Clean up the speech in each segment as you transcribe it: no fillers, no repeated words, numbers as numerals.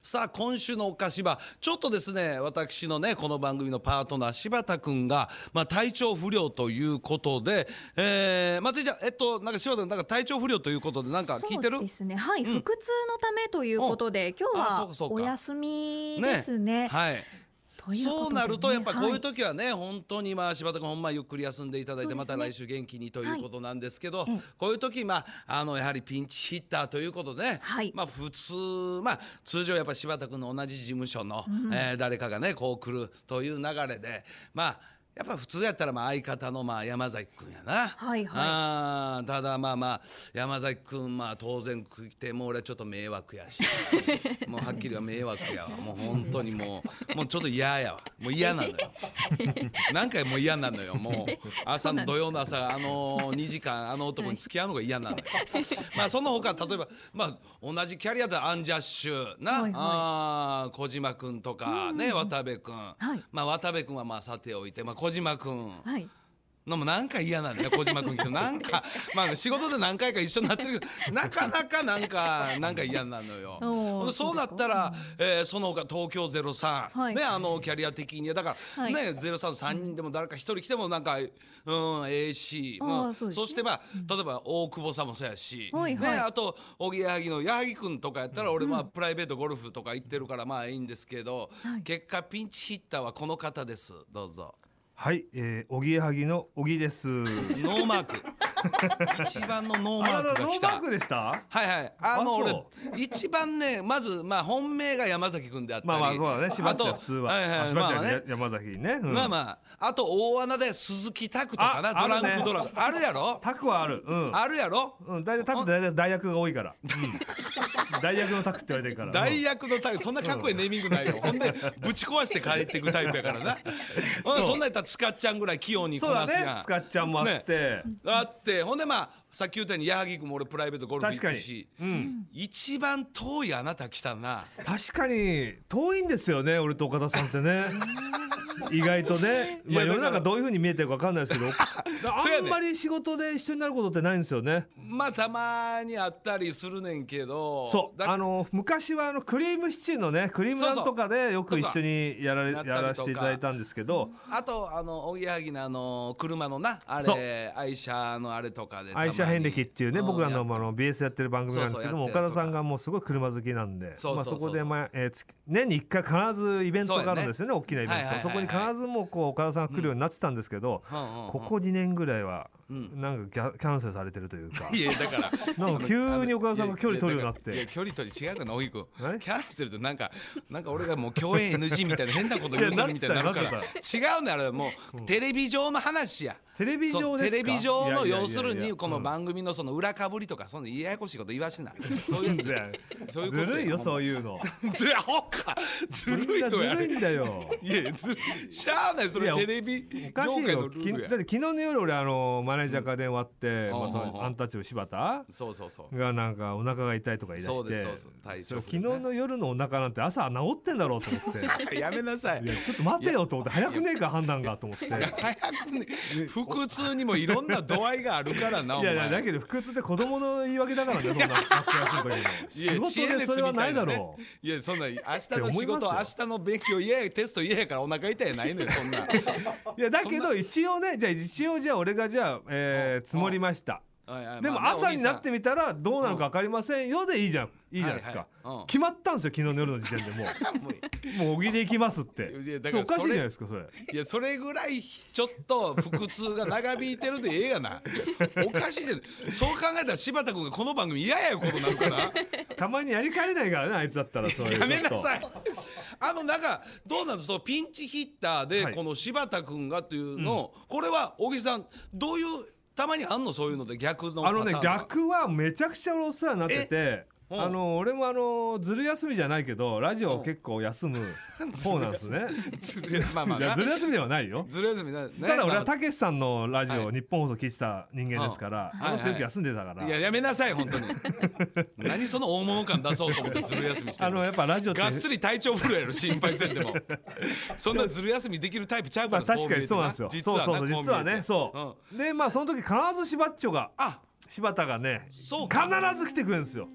さあ今週のおかしばちょっとですね、私のねこの番組のパートナー柴田くんが、体調不良ということで、松井ちゃんなんか柴田くんなんか体調不良ということでなんか聞いてる？ そうですね、はい、腹痛のためということで今日はそうかお休みですね。 はい。そうなるとやっぱこういう時はね、本当に柴田君ほんまゆっくり休んでいただいて、また来週元気にということなんですけど、こういう時やはりピンチヒッターということで、普通通常やっぱ柴田君の同じ事務所の、誰かがねこう来るという流れでやっぱ普通やったら相方の山崎君やな。ただ山崎君当然来ても俺はちょっと迷惑やしもうはっきりは迷惑やわ。もう本当にもうちょっと嫌やわ。もう嫌なのよ何回も嫌なのよ。もう朝の土曜の朝2時間男に付き合うのが嫌なのよその他例えば同じキャリアでアンジャッシュな、小島君とかね、渡部君、渡部君はさておいて小島君のもなんか嫌なんだよ。小島君なんか仕事で何回か一緒になってるけどなかなかなんか嫌なのよそうなったら、その他東京03、ねキャリア的にだからね033人でも誰か一人来てもなんかええし、そして例えば大久保さんもそうやし、あとおぎやはぎの矢作君とかやったら俺プライベートゴルフとか行ってるからいいんですけど、結果ピンチヒッターはこの方です。どうぞ。 はい、おぎやはぎのおぎです。 ノーマーク一番のノーマークが来た。 ノーマークでした？ はい俺一番ねまず本命が山崎君であったり、 そうだね、しばっちゃ普通はしばっちゃ山崎ね、 あと大穴で鈴木拓とかな、ドランクドラゴンあるやろ。 拓はある、 あるやろ。 大体拓って代役が多いから代役の拓って言われてるから代役の拓、そんなかっこいいネーミングないよほんでぶち壊して帰っていくタイプやからなそんなんやったらつかっちゃんぐらい器用にこなすやん。 そうだね、つかっちゃんもあってほんでさっき言ったように矢作君も俺プライベートゴルフ行くし、一番遠いあなた来たな。 確かに遠いんですよね、俺と岡田さんってね意外とね、世の中どういう風に見えてるか分かんないですけどあんまり仕事で一緒になることってないんですよね。 たまにあったりするねんけど、 そう昔はクリームシチューのねクリームなんとかでよく一緒にやらせていただいたんですけど、 あとおぎやはぎの車のなあれ愛車のあれとかで愛車遍歴っていうね、僕らのBS やってる番組なんですけども、岡田さんがもうすごい車好きなんで、そこで年に1回必ずイベントがあるんですよね、大きなイベント。そこに必ずもう岡田さんが来るようになってたんですけど、ここ2年ぐらいはなんかキャンセルされてるというか、 いやだからなんか急に岡田さんが距離取るようになって、 いや距離取り違うかな、おぎくんキャンセルってなんか俺がもう共演 NG みたいな変なこと言うてるみたいになるから違うね、あれもうテレビ上の話や。 テレビ上ですか？ テレビ上の要するにこの番組のその裏かぶりとかそんなややこしいこと言わしなそういうやつそういうことずるいよ、そういうのずるいよ、 ずるいんだよいやずるい、しゃあない、それテレビ業界のルールや。 だって昨日の夜俺マネージャーから電話あってそのアンタッチャブル柴田がなんかお腹が痛いとか言い出して、昨日の夜のお腹なんて朝治ってんだろうと思ってやめなさい、 ちょっと待てよと思って、早くねえか判断がと思って早くね、腹痛にもいろんな度合いがあるからな。 いやだけど腹痛って子供の言い訳だからね、そんな夏休みの時の仕事でそれはないだろう。 いやそんな明日の仕事明日の勉強嫌やテスト嫌やからお腹痛いやないのよそんな。いやだけど一応俺が積もりました。でも朝になってみたらどうなるか分かりませんよでいいじゃないですか。決まったんですよ、昨日の夜の時点でもう小木で行きますって。そうおかしいじゃないですかそれ。 いやそれぐらいちょっと腹痛が長引いてるでええがなおかしいじゃん。そう考えたら柴田君がこの番組嫌やことになるからたまにやりかねないからね、あいつだったら。 やめなさいなんかどうなんですか、ピンチヒッターでこの柴田君がというの、これは小木さんどういうたまにあんの、そういうので逆のパターンは。 逆はめちゃくちゃお世話になってて、俺もずる休みじゃないけどラジオを結構休む方なんですね。ずる休みではないよ。 ずる休みだね。 ただ俺はたけしさんのラジオ日本放送聞いてた人間ですから、あの人よく休んでたから。 いややめなさい本当に何その大物感出そうと思ってずる休みしてる。 やっぱラジオってがっつり体調不良やろ、心配せんでもそんなずる休みできるタイプちゃうから。 確かにそうなんですよ。実はね、そうでその時必ず柴田がね必ず来てくれるんですよ。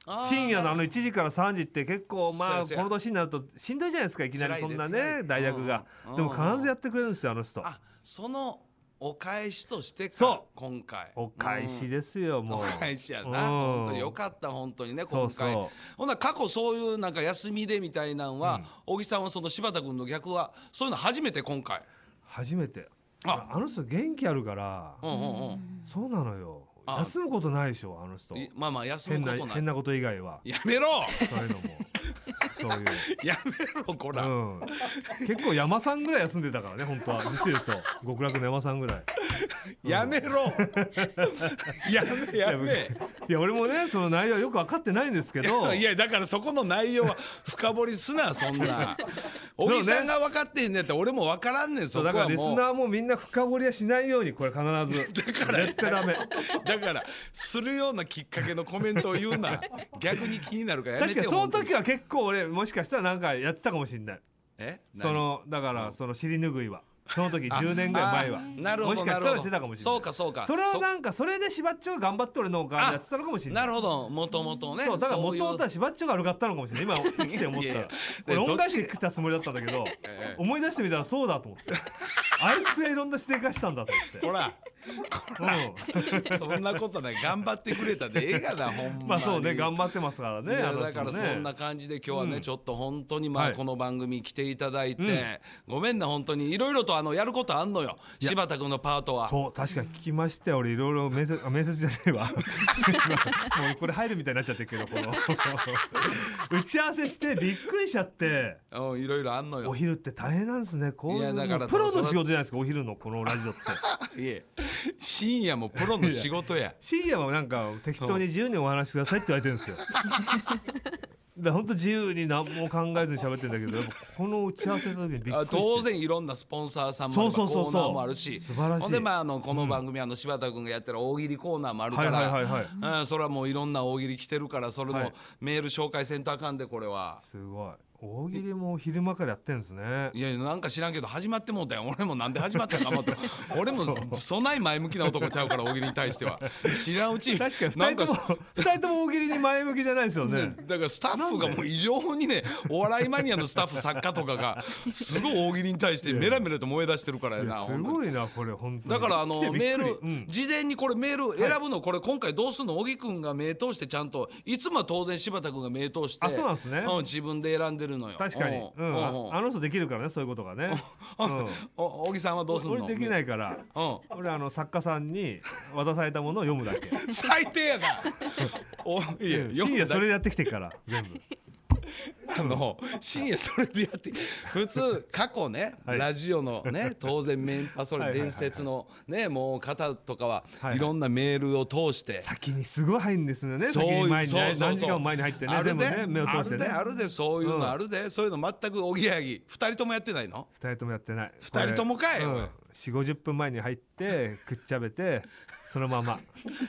深夜の1時から3時って結構まあこの年になるとしんどいじゃないですか、いきなりそんなね代役が。でも必ずやってくれるんですよ、あの人。 そのお返しとして今回お返しですよ、もうお返しやな。本当によかった、本当にね今回。ほんな過去そういうなんか休みでみたいなんは、小木さんはその柴田君の逆はそういうの初めて今回。 初めて。あの人元気あるから。そうなのよ。休むことないでしょ、あの人。 まあまあ休むことない。 変なこと以外は。 やめろ。 そういうのも。そういう。 やめろこら。 結構山さんぐらい休んでたからね、本当は。実言うと極楽の山さんぐらい。 やめろ。やめ。 いや俺もねその内容よく分かってないんですけど。 いやだからそこの内容は深掘りすな、そんな。小木さんが分かってんねって俺も分からんねん。そこはもう。 だからリスナーもみんな深掘りはしないように、これ必ず。 だから絶対ダメ。 だからするようなきっかけのコメントを言うな。逆に気になるからやめて。 確かにその時は結構俺もしかしたらなんかやってたかもしれない。だからその尻拭いはその時10年ぐらい前はもしかしたらしてたかもしれない。 そうかそうか。 それはなんかそれでしばっちょが頑張って俺のお金やってたのかもしれない。 なるほど、もともとね。 そうだからもともとはしばっちょが悪かったのかもしれない。今生きて思ったら俺恩返しで食ったつもりだったんだけど、思い出してみたらそうだと思って、あいつがいろんな指定化したんだと思って。 ほらそんなことない、頑張ってくれたでええがな、ほんまに。 まあそうね、頑張ってますからね。 だからそんな感じで今日はねちょっと本当にまあこの番組来ていただいてごめんな、本当にいろいろとやることあんのよ、柴田君のパートは。 そう確か聞きましたよ、俺いろいろ面接じゃねえわもうこれ入るみたいになっちゃってるけど、この打ち合わせしてびっくりしちゃって。 いろいろあんのよ。 お昼って大変なんですね。こういうプロの仕事じゃないですか、お昼のこのラジオって。 いえ深夜もプロの仕事や。 深夜はなんか適当に自由にお話しくださいって言われてるんですよ。だ本当自由に何も考えずに喋ってるんだけど、やっぱこの打ち合わせの時にびっくりして。 当然いろんなスポンサーさんもあればコーナーもあるし、 素晴らしい。 ほんでこの番組柴田君がやってる大喜利コーナーもあるから、それはもういろんな大喜利来てるから、それのメール紹介せんとあかんで、これは。 すごい。大喜利も昼間からやってんですね。 いやなんか知らんけど始まってもうたよ。俺もなんで始まったかもって俺もそない前向きな男ちゃうから、大喜利に対しては知らんうちに。 確かに2人とも大喜利に前向きじゃないですよね。 だからスタッフがもう異常にね、お笑いマニアのスタッフ作家とかがすごい大喜利に対してメラメラと燃え出してるからやな。 すごいなこれ本当に。 だからメール事前にこれメール選ぶの、これ今回どうすんの、小木君が目通して、ちゃんといつもは当然柴田君が目通して、 そうなんですね。 自分で選んでるのよ。 確かに。あの人できるからね、そういうことがね。 小木さんはどうすんの。 俺できないから、俺作家さんに渡されたものを読むだけ。 最低やな。 深夜それやってきてから全部。 深夜それでやって普通過去ね、ラジオのね当然メンパそれ伝説のねもう方とかはいろんなメールを通して先にすごい入るんですよね。先に前に何時間も前に入ってね、全部ね目を通してね。 あるでそういうのあるで、そういうの全くおぎやはぎ2人ともやってないの。 2人ともやってない。 2人ともかい。 4、50分前に入ってくっちゃべてそのまま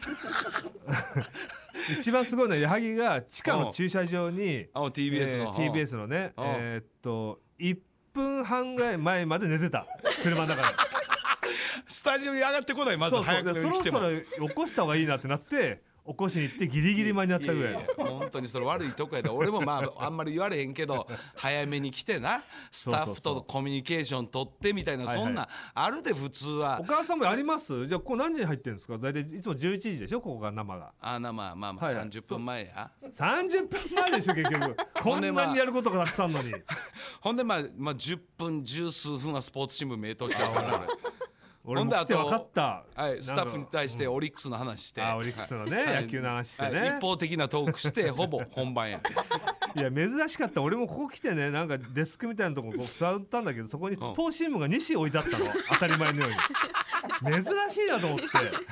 一番すごいのは矢作が地下の駐車場に TBS のね1分半ぐらい前まで寝てた車の中でスタジオに上がってこない。まず早くそろそろ起こした方がいいなってなって起こしに行ってギリギリ間に合ったぐらい。 本当にそれ悪いとこやで。俺もあんまり言われへんけど早めに来てな、スタッフとコミュニケーション取ってみたいな、そんなあるで普通は。 お母さんもあります。じゃあここ何時に入ってるんですか。大体いつも11時でしょ、ここが生が。 生まあ30分前や。 30分前でしょ結局。こんなにやることがたくさんのに。 ほんで10分十数分はスポーツ新聞名通してやるから。 俺も来て分かった。 スタッフに対してオリックスの話して、 オリックスのね野球の話してね、 一方的なトークしてほぼ本番や。 いや珍しかった。俺もここ来てね、なんかデスクみたいなとこ座ったんだけど、そこにスポーツ新聞が2紙置いてあったの、当たり前のように。珍しいなと思って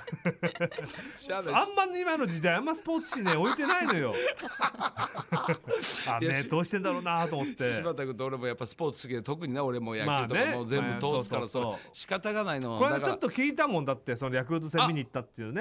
あんま今の時代あんまスポーツ紙ね置いてないのよ。どうしてんだろうなと思って。 柴田君と俺もやっぱスポーツ好きで、特にな俺も野球とかも全部通すから、それ仕方がないの。 これちょっと聞いたもんだって、そのヤクルト戦見に行ったっていうね。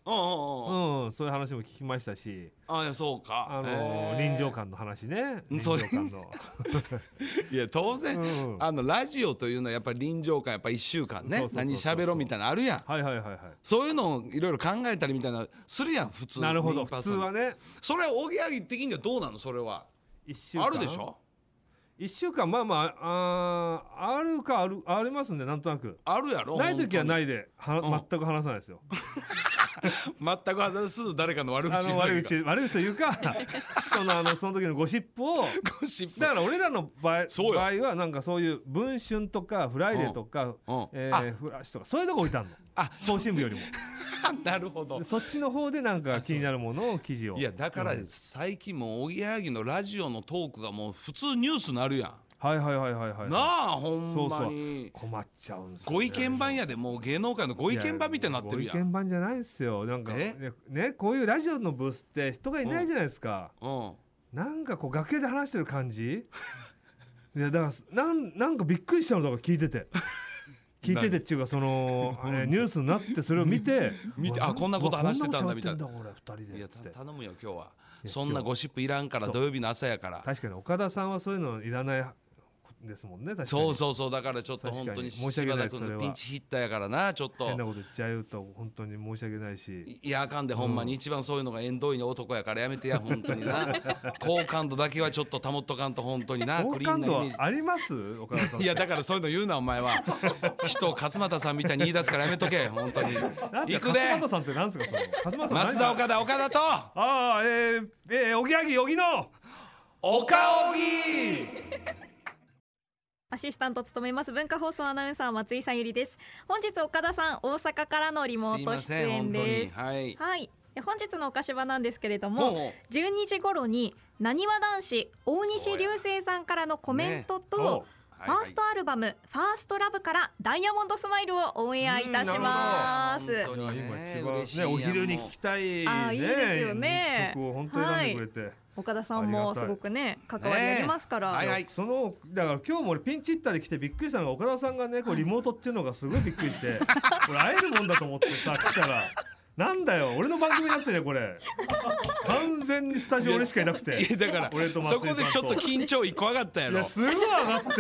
そういう話も聞きましたし、 そうか、 臨場感の話ね、臨場感のいや当然、ラジオというのはやっぱり臨場感、やっぱ1週間ね、何喋ろうみたいなのあるやん。そういうのをいろいろ考えたりみたいなするやん普通。 なるほど、普通はね。 それはおぎやはぎ的にはどうなの？それはあるでしょ ？1週間、まあまあ、あるかありますんで、なんとなくあるやろ。 ない時はないで全く話さないですよ。 全く話す誰かの悪口というかその時のゴシップをだから俺らの場合はなんかそういう文春とかフライデーとかフラッシュとかそういうとこ置いたんの、送信部よりもなるほど。 そっちの方でなんか気になるものを記事を。 いやだから最近もうおぎやはぎのラジオのトークがもう普通ニュースなるやん。なあ、ほんまに困っちゃうんですよ。 ご意見番やで、もう芸能界のご意見番みたいになってるやん。 ご意見番じゃないですよ。なんかね、こういうラジオのブースって人がいないじゃないですか。なんかこう楽屋で話してる感じ。いやだからなんかびっくりしたのだから聞いててっていうか、そのニュースになってそれを見てこんなこと話してたんだみたいな。 いや頼むよ今日は。そんなゴシップいらんから、土曜日の朝やから。 確かに岡田さんはそういうのいらないですもんね。 そうだからちょっと本当に柴田君のピンチヒッターやからな、ちょっと変なこと言っちゃうと本当に申し訳ないし。 いやあかんで、ほんまに一番そういうのが縁遠い男やからやめてや、本当にな。好感度だけはちょっと保っとかんと本当にな。 好感度はあります岡田さん。 いやだからそういうの言うなお前は。人を勝俣さんみたいに言い出すからやめとけ本当に。行くで。 勝俣さんってなんですかその。 増田岡田とおぎやぎ乃おかおぎ。 アシスタントを務めます文化放送アナウンサー松井さゆりです。本日岡田さん大阪からのリモート出演です。はい、本日のおかしばなんですけれども、12時頃になにわ男子大西流星さんからのコメントと、ファーストアルバム「ファーストラブからダイヤモンドスマイルをオンエアいたします。 今一番お昼に聞きたいいいですよね。 曲を本当に選んでくれて、 岡田さんもすごくね関わりありますから。 だから今日も俺ピンチヒッターで来てびっくりしたのが、岡田さんがねこうリモートっていうのがすごいびっくりして、俺会えるもんだと思ってさ来たら。なんだよ俺の番組になってねこれ。完全にスタジオ俺しかいなくて。 いやだから俺と松井さんとそこでちょっと緊張一個上がったやろ。 いやすごい上がって。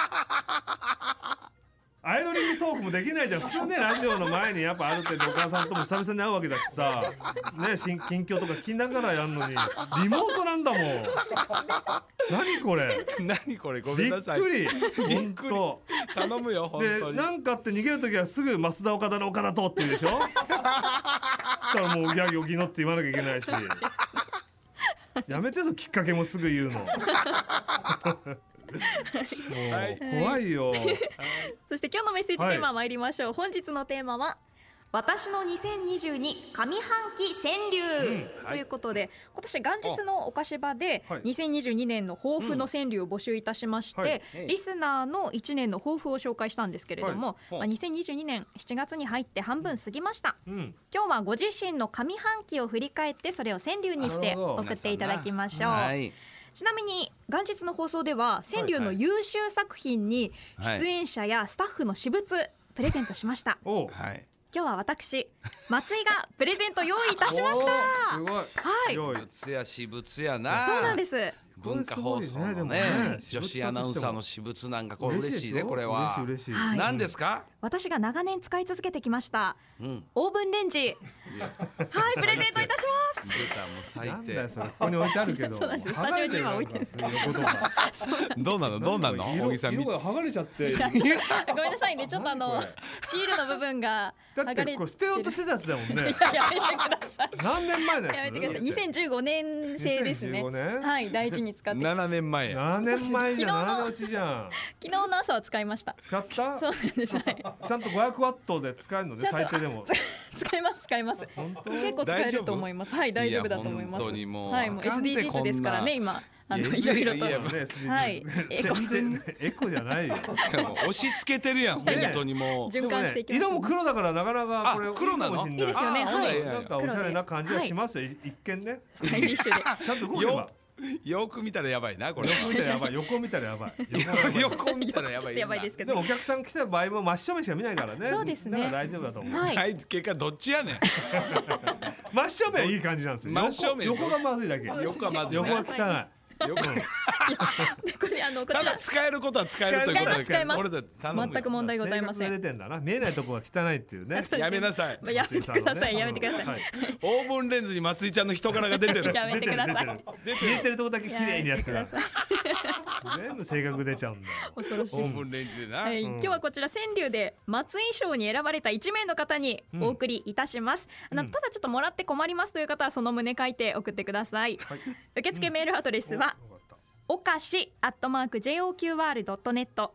アイドリングトークもできないじゃん普通ね。ラジオの前にやっぱある程度お母さんとも久々に会うわけだしさね、近況とか聞きながらやるのにリモートなんだもん。何これごめんなさい。びっくり頼むよ本当に。 でなんかって逃げるときはすぐ増田岡田の岡田とって言うでしょ。そしたらもうギャギョギノって言わなきゃいけないし。やめてそきっかけもすぐ言うの。怖いよ。 そして今日のメッセージテーマ参りましょう。本日のテーマは私の2022上半期川柳、ということで、今年元日のおかしばで2022年の抱負の川柳を募集いたしまして、リスナーの1年の抱負を紹介したんですけれども、2022年7月に入って半分過ぎました。今日はご自身の上半期を振り返ってそれを川柳にして送っていただきましょう。ちなみに元日の放送では川柳の優秀作品に出演者やスタッフの私物プレゼントしました。今日は私松井がプレゼント用意いたしました。 すごい。 私物やな。 そうなんです。 文化放送のね女子アナウンサーの私物なんかこれ嬉しいね。これは何ですか？ 私が長年使い続けてきましたオーブンレンジ、プレゼントいたします。 出たもう最低。 ここに置いてあるけど。 そうなんです。スタジオには置いてる。 どうなの小木さん。 色が剥がれちゃって。 ごめんなさいね、ちょっとシールの部分が剥がれ。だってこれ捨てようとしてたやつだもんね。 やめてください。 何年前のやつ？ やめてください。2015年製ですね。はい、大事に使って。 7年前や。 7年前じゃん。7年落ちじゃん。 昨日の朝は使いました。 使った？ そうなんです。ちゃんと500ワットで使えるのね、最低でも。 使います。結構使えると思います。はい、大丈夫だと思います。はい、もう SDGs ですからね今。いろいろと。はい。 エコじゃないよ。 押し付けてるやん本当にもう。 循環していきます。 色も黒だからなかなかこれ黒なの？ いいですよね。 なんかおしゃれな感じはしますよ。一見ね。 スタイリッシュで。 ちゃんと動けば。 よく見たらやばいなこれ。 横見たらやばい。横見たらやばい。 横見たらやばい。 やばいですけど。 でもお客さん来た場合も真正面しか見ないからね。 そうですね。 だから大丈夫だと思う。 はい。結果どっちやねん。 真正面はいい感じなんですよ。 真正面。 横がまずいだけ。 横はまずい。 横は汚い。 これただ使えることは使えるということで、 俺で全く問題ございません。 出てんだな。見えないとこが汚いっていうね。 やめなさい。 やめてください。やめてください。 オーブンレンズに松井ちゃんの人柄が出てる。 やめてください。 見えてるとこだけ綺麗にやってください。全部性格出ちゃうんだ。 恐ろしい。 オーブンレンズでな。 今日はこちら川柳で松井賞に選ばれた1名の方にお送りいたします。ただちょっともらって困りますという方はその旨書いて送ってください。受付メールアドレスはおかし@joqr.net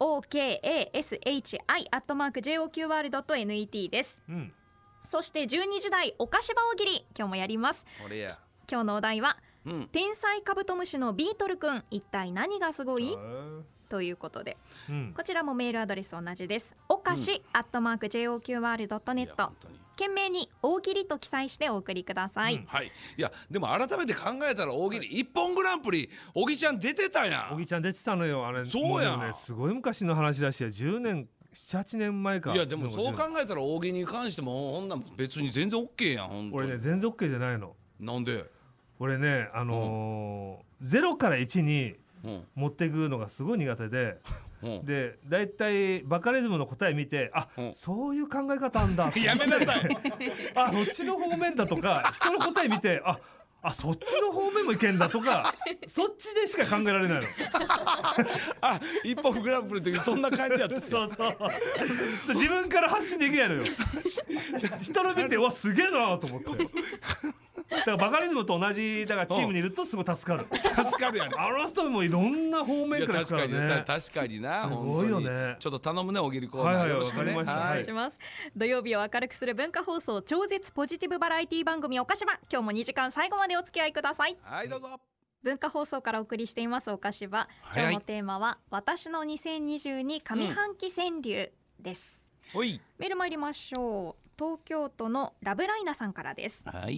okashi@joqr.net です、そして12時台おかしば大喜利今日もやります。今日のお題は、天才カブトムシのビートル君一体何がすごいということで、こちらもメールアドレス同じです。おかし@joqr.net懸命に大喜利と記載してお送りください。 はい。いやでも改めて考えたら大喜利一本グランプリ小木ちゃん出てたやん。 小木ちゃん出てたのよあれ。 そうやね。 すごい昔の話らしい。10年7、8年前か。 いやでもそう考えたら大喜利に関してもほんな別に全然 OK やん。 俺ね全然 OK じゃないの。 なんで？ 俺ね0から1に持っていくのがすごい苦手で。でだいたいバカリズムの答え見てそういう考え方あんだやめなさいそっちの方面だとか人の答え見てそっちの方面もいけんだとかそっちでしか考えられないの一本グランプリの時そんな感じやった。 そう自分から発信できないのよ人の見てすげえなと思ってだからバカリズムと同じだからチームにいるとすごい助かるやね。 あの人もいろんな方面から来たからね。 確かにな。 すごいよね。 ちょっと頼むね大喜利コーナー。よろしくね。 お願いします。土曜日を明るくする文化放送超絶ポジティブバラエティ番組おかしば、今日も2時間最後までお付き合いください。 はいどうぞ。 文化放送からお送りしていますおかしば、今日のテーマは私の2022上半期川柳です。メール参りましょう。東京都のラブライナさんからです。 はい。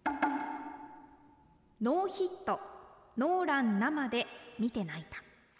ノーヒットノーラン生で見て泣い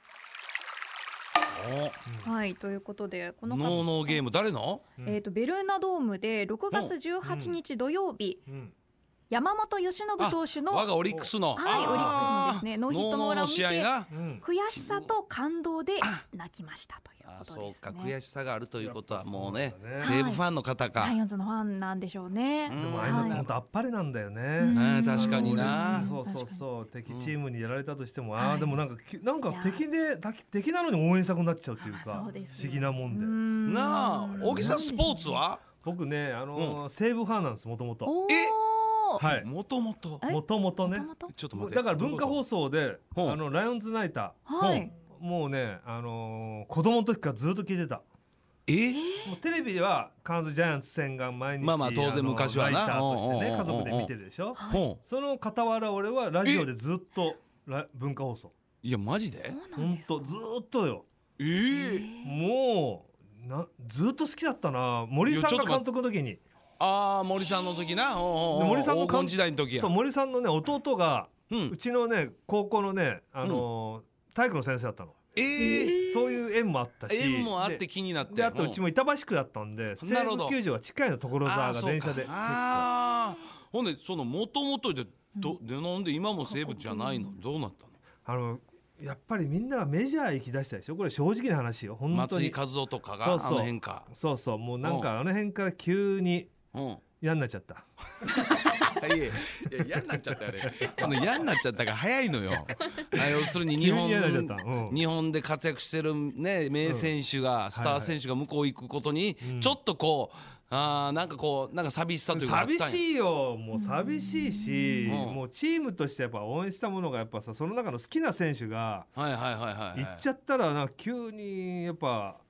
た。はいということでこのノーゲーム誰の？ ベルーナドームで6月18日土曜日、山本由伸投手の我がオリックスのオリックスのですねノーヒットノーランを見て悔しさと感動で泣きましたということですね。 そうか悔しさがあるということはもうね西武ファンの方かライオンズのファンなんでしょうね。 でもああいうの本当あっぱれなんだよね。 確かにな。 そう敵チームにやられたとしてもでもなんか敵なのに応援したくなっちゃうというか不思議なもんでなあ。小木さんスポーツは？ 僕ね西武ファンなんですもともと。 はいもともとね。 ちょっと待って。 だから文化放送でライオンズナイターもうね子供の時からずっと聞いてた。もうテレビでは必ずジャイアンツ戦が毎日当然昔はなライターとしてね家族で見てるでしょ。その傍ら俺はラジオでずっと文化放送。 いやマジで？ 本当ずっとよ。もうずっと好きだったな。森さんが監督の時に。 森さんの時な。森さんの黄金時代の時や。 そう森さんのね弟がうちのね高校のね体育の先生だったの。そういう縁もあったし縁もあって気になってあとうちも板橋区だったんで西武球場が近いの所沢が電車でほんでそのもともとでなんで今も西武じゃないの？どうなったの？ やっぱりみんながメジャー行きだしたでしょ。これ正直な話よ本当に。 松井稼頭央とかがあの辺か。 そうもうなんかあの辺から急に嫌になっちゃった。 いや嫌になっちゃったよね。その嫌になっちゃったが早いのよ。要するに日本で活躍してるね名選手がスター選手が向こう行くことにちょっとこうなんか寂しさというか。 寂しいよ。もう寂しいしもうチームとしてやっぱ応援したものがやっぱさその中の好きな選手が行っちゃったら急にやっぱ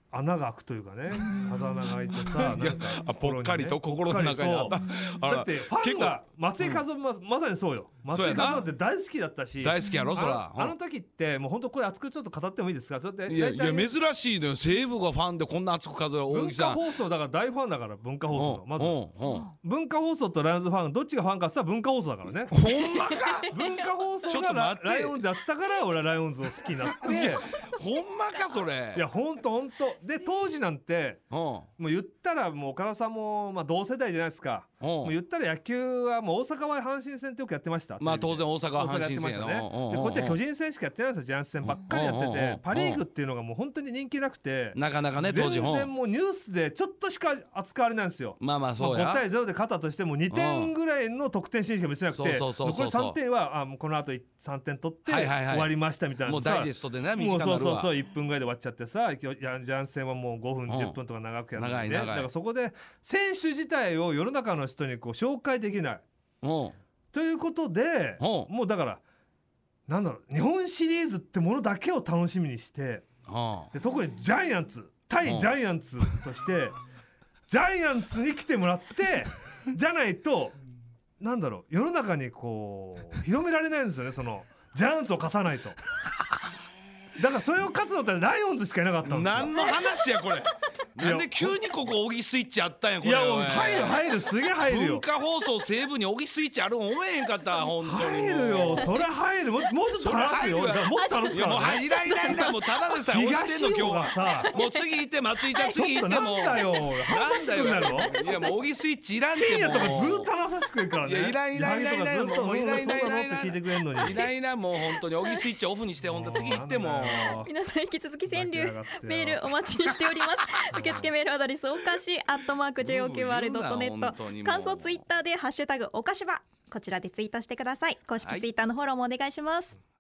穴が開くというかね、風穴が開いてさ、なんかぽっかりと心の中にあった。 だってファンが松井稼頭まさにそうよ。松井稼頭って大好きだったし、 大好きやろそら。 あの時ってもう本当これ熱くちょっと語ってもいいですか。 いや珍しいのよ、西武がファンでこんな熱く数える大木さん。 文化放送だから大ファンだから、文化放送のまず文化放送とライオンズファンどっちがファンかって言ったら文化放送だからね。 ほんまか。 文化放送がライオンズやってたから俺はライオンズを好きになってほんまかそれ。 いやほんとで当時なんてもう言ったらもう岡田さんもまあ同世代じゃないですか。もう言ったら野球はもう大阪は阪神戦ってよくやってました。 まあ当然大阪は阪神戦やね。 こっちは巨人戦しかやってないんですよ。ジャイアンツ戦ばっかりやってて、パリーグっていうのがもう本当に人気なくて、 なかなかね当時全然もうニュースでちょっとしか扱われないんですよ。 まあまあそうや。 5対0で勝ったとしても2点ぐらいの得点シーンしか見せなくて、残り3点はもうこの後3点取って終わりましたみたいな。 もうダイジェストでね短くなるわ。 もうそう1分ぐらいで終わっちゃってさ、ジャイアンツ戦はもう5分10分とか長くやるんで、だからそこで選手自体を世の中の人にこう紹介できないということで、もうだからなんだろう、日本シリーズってものだけを楽しみにして、で特にジャイアンツ対ジャイアンツとしてジャイアンツに来てもらってじゃないとなんだろう、世の中にこう広められないんですよね、そのジャイアンツを勝たないと。だからそれを勝つのってライオンズしかいなかったんですよ。 何の話やこれ。なんで急にここ小木スイッチあったんやこれ。 いやもう入るすげえ入るよ。 文化放送西部に小木スイッチあるん思えへんかった本当に。 入るよ、それ入る。もうちょっと話すよ。もっと話すからね。 もういらもうただでさえ押してんの今日は。もう次行って松井ちゃん次行っても。 なんだよ。話してくんなの？ いやもう小木スイッチいらんって。 深夜とかずっと話させてくれるからね。 いやいらんもういらんもういらん聞いてくれんのに。 いらんもう本当に小木スイッチオフにして本当次行っても。 皆さん引き続き川柳メールお待ちしております。受付メールアドレスおかし@joqr.net、感想ツイッターでハッシュタグおかしば、こちらでツイートしてください。公式ツイッターのフォローもお願いします。